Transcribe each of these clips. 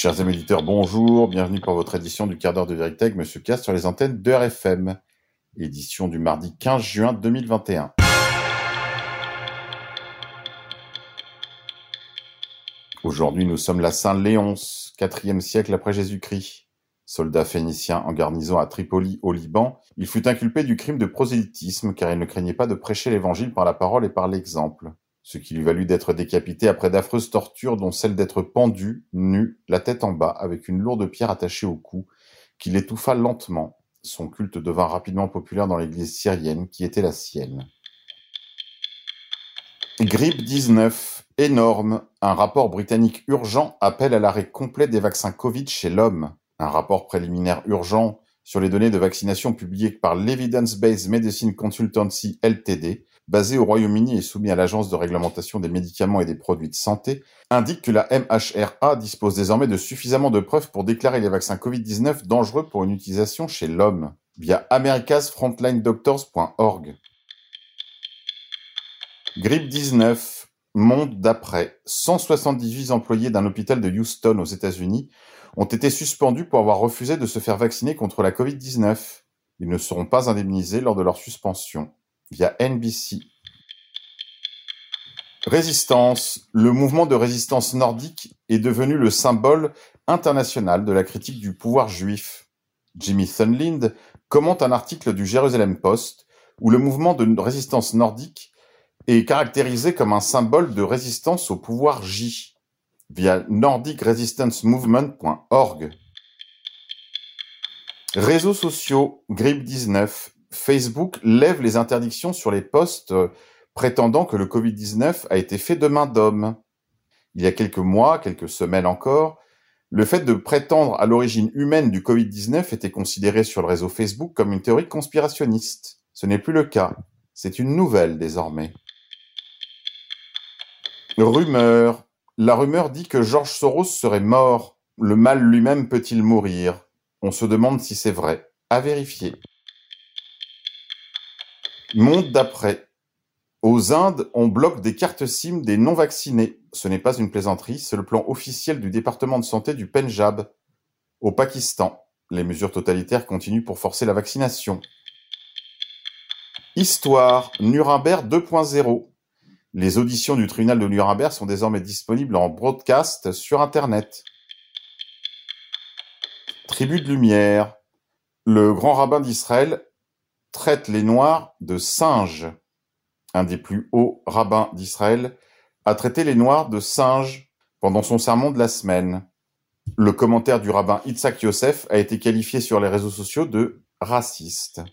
Chers amis auditeurs, bonjour, bienvenue pour votre édition du quart d'heure de vérité avec Monsieur K sur les antennes de RFM, édition du mardi 15 juin 2021. Aujourd'hui, nous sommes la Saint-Léonce, 4e siècle après Jésus-Christ. Soldat phénicien en garnison à Tripoli, au Liban, il fut inculpé du crime de prosélytisme car il ne craignait pas de prêcher l'évangile par la parole et par l'exemple. Ce qui lui valut d'être décapité après d'affreuses tortures dont celle d'être pendu, nu, la tête en bas, avec une lourde pierre attachée au cou, qui l'étouffa lentement. Son culte devint rapidement populaire dans l'église syrienne, qui était la sienne. Grippe 19, énorme. Un rapport britannique urgent appelle à l'arrêt complet des vaccins Covid chez l'homme. Un rapport préliminaire urgent sur les données de vaccination publiées par l'Evidence-Based Medicine Consultancy Ltd, basé au Royaume-Uni et soumis à l'Agence de réglementation des médicaments et des produits de santé, indique que la MHRA dispose désormais de suffisamment de preuves pour déclarer les vaccins Covid-19 dangereux pour une utilisation chez l'homme, via americasfrontlinedoctors.org. Grippe 19, monde d'après. 178 employés d'un hôpital de Houston aux États-Unis ont été suspendus pour avoir refusé de se faire vacciner contre la Covid-19. Ils ne seront pas indemnisés lors de leur suspension, via NBC. Résistance. Le mouvement de résistance nordique est devenu le symbole international de la critique du pouvoir juif. Jimmy Thunlind commente un article du Jerusalem Post où le mouvement de résistance nordique est caractérisé comme un symbole de résistance au pouvoir J, via nordicresistancemovement.org. Réseaux sociaux, grippe 19. Facebook lève les interdictions sur les posts prétendant que le Covid-19 a été fait de main d'homme. Il y a quelques mois, quelques semaines encore, le fait de prétendre à l'origine humaine du Covid-19 était considéré sur le réseau Facebook comme une théorie conspirationniste. Ce n'est plus le cas. C'est une nouvelle désormais. Rumeur. La rumeur dit que George Soros serait mort. Le mal lui-même peut-il mourir ? On se demande si c'est vrai. À vérifier. Monde d'après. Aux Indes, on bloque des cartes SIM des non-vaccinés. Ce n'est pas une plaisanterie, c'est le plan officiel du département de santé du Pendjab. Au Pakistan, les mesures totalitaires continuent pour forcer la vaccination. Histoire. Nuremberg 2.0. Les auditions du tribunal de Nuremberg sont désormais disponibles en broadcast sur Internet. Tribu de lumière. Le grand rabbin d'Israël traite les Noirs de singes. Un des plus hauts rabbins d'Israël a traité les Noirs de singes pendant son sermon de la semaine. Le commentaire du rabbin Itzhak Yosef a été qualifié sur les réseaux sociaux de raciste.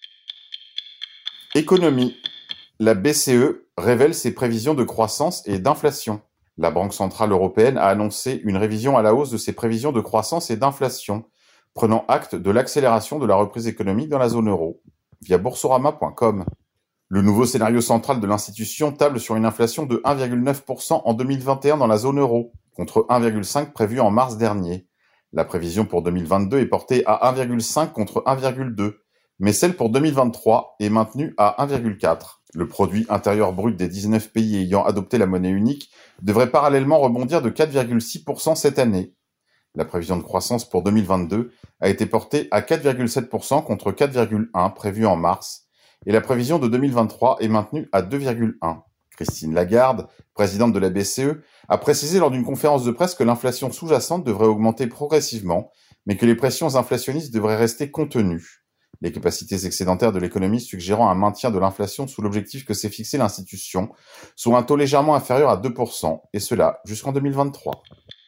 Économie. La BCE révèle ses prévisions de croissance et d'inflation. La Banque centrale européenne a annoncé une révision à la hausse de ses prévisions de croissance et d'inflation, prenant acte de l'accélération de la reprise économique dans la zone euro, via boursorama.com. Le nouveau scénario central de l'institution table sur une inflation de 1,9% en 2021 dans la zone euro, contre 1,5% prévu en mars dernier. La prévision pour 2022 est portée à 1,5 contre 1,2, mais celle pour 2023 est maintenue à 1,4. Le produit intérieur brut des 19 pays ayant adopté la monnaie unique devrait parallèlement rebondir de 4,6% cette année. La prévision de croissance pour 2022 a été portée à 4,7% contre 4,1% prévu en mars, et la prévision de 2023 est maintenue à 2,1%. Christine Lagarde, présidente de la BCE, a précisé lors d'une conférence de presse que l'inflation sous-jacente devrait augmenter progressivement, mais que les pressions inflationnistes devraient rester contenues. Les capacités excédentaires de l'économie suggérant un maintien de l'inflation sous l'objectif que s'est fixé l'institution, soit un taux légèrement inférieur à 2%, et cela jusqu'en 2023.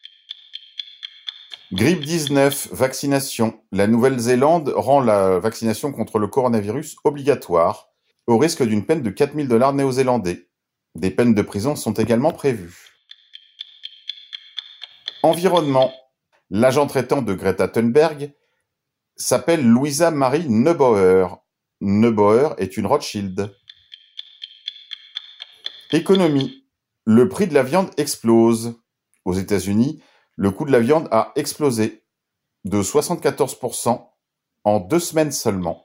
Grippe 19, vaccination. La Nouvelle-Zélande rend la vaccination contre le coronavirus obligatoire, au risque d'une peine de 4 000 $ néo-zélandais. Des peines de prison sont également prévues. Environnement. L'agent traitant de Greta Thunberg s'appelle Louisa Marie Neubauer. Neubauer est une Rothschild. Économie. Le prix de la viande explose. Aux États-Unis, le coût de la viande a explosé de 74% en 2 semaines seulement.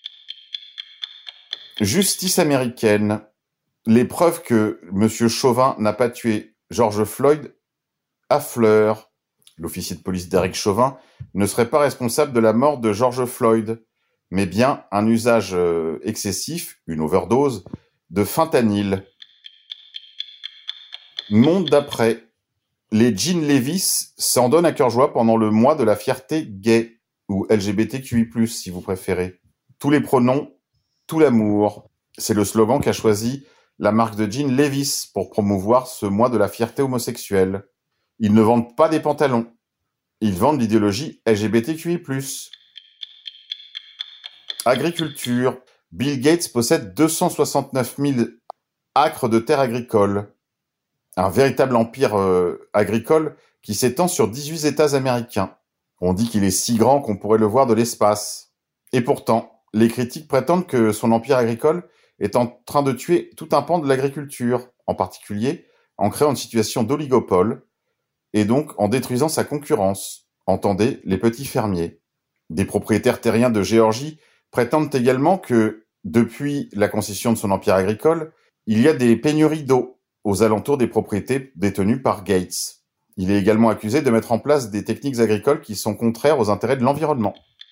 Justice américaine. Les preuves que M. Chauvin n'a pas tué George Floyd affleurent. L'officier de police Derek Chauvin ne serait pas responsable de la mort de George Floyd, mais bien un usage excessif, une overdose, de fentanyl. Monde d'après. Les jeans Levi's s'en donnent à cœur joie pendant le mois de la fierté gay, ou LGBTQI+, si vous préférez. Tous les pronoms, tout l'amour. C'est le slogan qu'a choisi la marque de jeans Levi's pour promouvoir ce mois de la fierté homosexuelle. Ils ne vendent pas des pantalons. Ils vendent l'idéologie LGBTQI+. Agriculture. Bill Gates possède 269 000 acres de terres agricoles. Un véritable empire agricole qui s'étend sur 18 États américains. On dit qu'il est si grand qu'on pourrait le voir de l'espace. Et pourtant, les critiques prétendent que son empire agricole est en train de tuer tout un pan de l'agriculture, en particulier en créant une situation d'oligopole, et donc en détruisant sa concurrence, entendez les petits fermiers. Des propriétaires terriens de Géorgie prétendent également que, depuis la concession de son empire agricole, il y a des pénuries d'eau aux alentours des propriétés détenues par Gates. Il est également accusé de mettre en place des techniques agricoles qui sont contraires aux intérêts de l'environnement.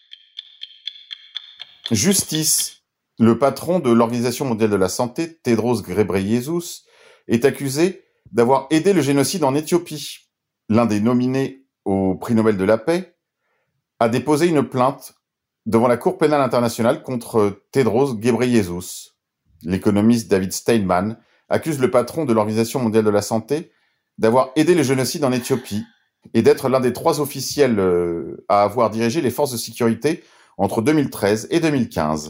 Justice. Le patron de l'Organisation mondiale de la santé, Tedros Ghebreyesus, est accusé d'avoir aidé le génocide en Éthiopie. L'un des nominés au prix Nobel de la paix a déposé une plainte devant la Cour pénale internationale contre Tedros Ghebreyesus. L'économiste David Steinman accuse le patron de l'Organisation mondiale de la santé d'avoir aidé le génocide en Éthiopie et d'être l'un des 3 officiels à avoir dirigé les forces de sécurité entre 2013 et 2015.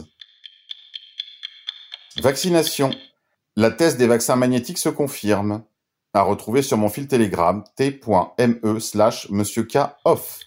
Vaccination. La thèse des vaccins magnétiques se confirme. À retrouver sur mon fil Telegram t.me/monsieurkoff.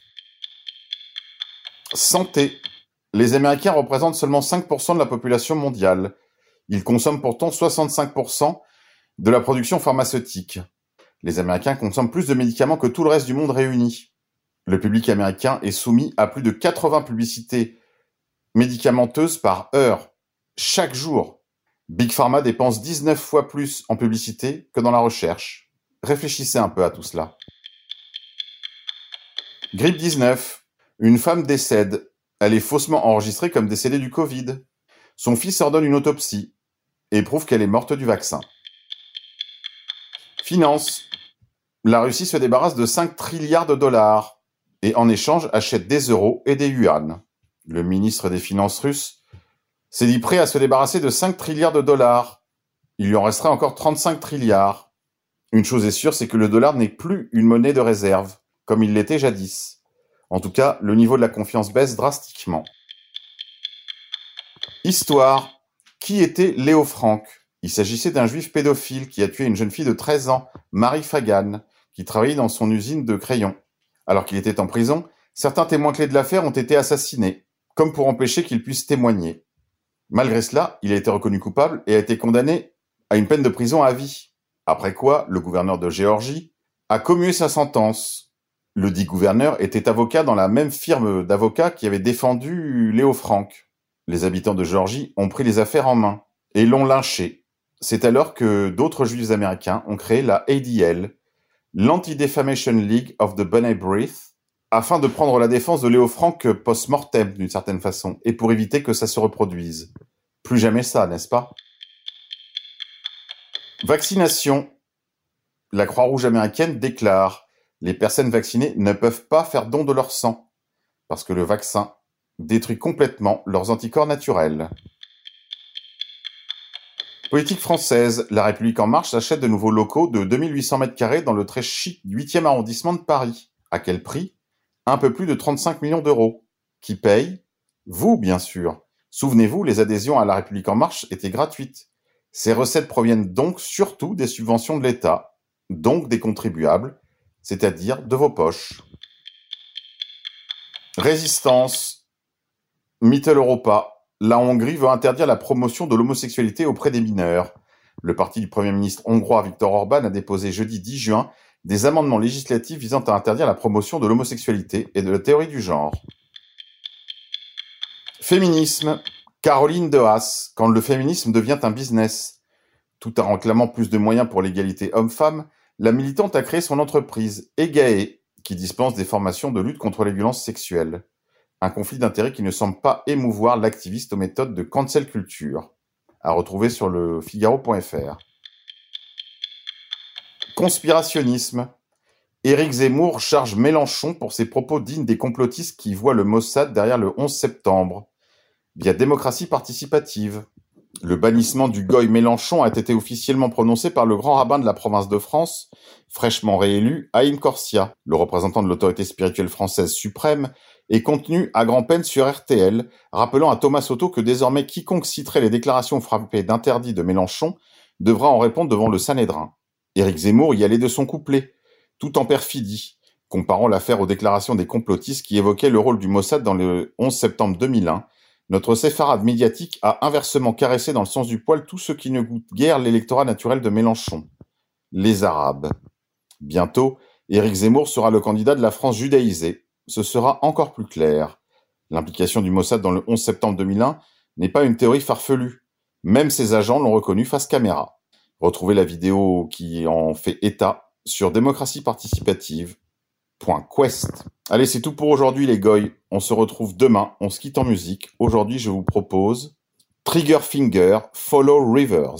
Santé. Les Américains représentent seulement 5% de la population mondiale. Ils consomment pourtant 65% de la production pharmaceutique. Les Américains consomment plus de médicaments que tout le reste du monde réuni. Le public américain est soumis à plus de 80 publicités médicamenteuses par heure, chaque jour. Big Pharma dépense 19 fois plus en publicité que dans la recherche. Réfléchissez un peu à tout cela. Grippe 19. Une femme décède. Elle est faussement enregistrée comme décédée du Covid. Son fils ordonne une autopsie et prouve qu'elle est morte du vaccin. Finance. La Russie se débarrasse de 5 trilliards de dollars et en échange achète des euros et des yuans. Le ministre des Finances russe s'est dit prêt à se débarrasser de 5 trilliards de dollars. Il lui en resterait encore 35 trilliards. Une chose est sûre, c'est que le dollar n'est plus une monnaie de réserve, comme il l'était jadis. En tout cas, le niveau de la confiance baisse drastiquement. Histoire. Qui était Léo Frank ? Il s'agissait d'un juif pédophile qui a tué une jeune fille de 13 ans, Marie Fagan, qui travaillait dans son usine de crayons. Alors qu'il était en prison, certains témoins clés de l'affaire ont été assassinés, comme pour empêcher qu'ils puissent témoigner. Malgré cela, il a été reconnu coupable et a été condamné à une peine de prison à vie. Après quoi, le gouverneur de Géorgie a commué sa sentence. Le dit gouverneur était avocat dans la même firme d'avocats qui avait défendu Léo Frank. Les habitants de Géorgie ont pris les affaires en main et l'ont lynché. C'est alors que d'autres juifs américains ont créé la ADL, l'Anti-Defamation League of the B'nai B'rith, afin de prendre la défense de Léo Frank post-mortem d'une certaine façon et pour éviter que ça se reproduise. Plus jamais ça, n'est-ce pas ? Vaccination. La Croix-Rouge américaine déclare « Les personnes vaccinées ne peuvent pas faire don de leur sang parce que le vaccin détruit complètement leurs anticorps naturels. » Politique française. La République En Marche achète de nouveaux locaux de 2800 m² dans le très chic 8e arrondissement de Paris. À quel prix ? Un peu plus de 35 millions d'euros. Qui paye ? Vous, bien sûr. Souvenez-vous, les adhésions à La République En Marche étaient gratuites. Ces recettes proviennent donc surtout des subventions de l'État, donc des contribuables, c'est-à-dire de vos poches. Résistance. Mitteleuropa. La Hongrie veut interdire la promotion de l'homosexualité auprès des mineurs. Le parti du Premier ministre hongrois Viktor Orban a déposé jeudi 10 juin des amendements législatifs visant à interdire la promotion de l'homosexualité et de la théorie du genre. Féminisme. Caroline de Haas, quand le féminisme devient un business. Tout en réclamant plus de moyens pour l'égalité homme-femme, la militante a créé son entreprise, EGAE, qui dispense des formations de lutte contre les violences sexuelles. Un conflit d'intérêts qui ne semble pas émouvoir l'activiste aux méthodes de cancel culture. À retrouver sur le Figaro.fr. Conspirationnisme. Éric Zemmour charge Mélenchon pour ses propos dignes des complotistes qui voient le Mossad derrière le 11 septembre. Via démocratie participative. Le bannissement du goy Mélenchon a été officiellement prononcé par le grand rabbin de la province de France, fraîchement réélu, Haïm Corsia, le représentant de l'autorité spirituelle française suprême, est contenu à grand-peine sur RTL, rappelant à Thomas Soto que désormais quiconque citerait les déclarations frappées d'interdit de Mélenchon devra en répondre devant le Sanhédrin. Éric Zemmour y allait de son couplet, tout en perfidie, comparant l'affaire aux déclarations des complotistes qui évoquaient le rôle du Mossad dans le 11 septembre 2001. Notre séfarade médiatique a inversement caressé dans le sens du poil tous ceux qui ne goûtent guère l'électorat naturel de Mélenchon. Les Arabes. Bientôt, Éric Zemmour sera le candidat de la France judaïsée. Ce sera encore plus clair. L'implication du Mossad dans le 11 septembre 2001 n'est pas une théorie farfelue. Même ses agents l'ont reconnu face caméra. Retrouvez la vidéo qui en fait état sur démocratieparticipative.quest. Allez, c'est tout pour aujourd'hui les goys. On se retrouve demain, on se quitte en musique. Aujourd'hui, je vous propose Trigger Finger, Follow Rivers.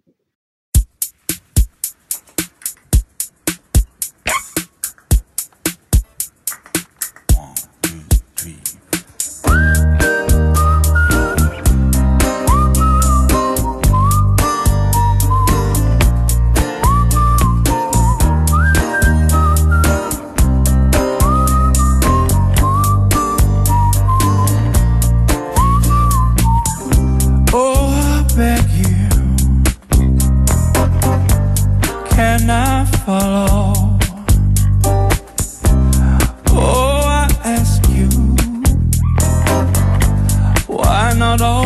Can I follow? Oh, I ask you, why not all?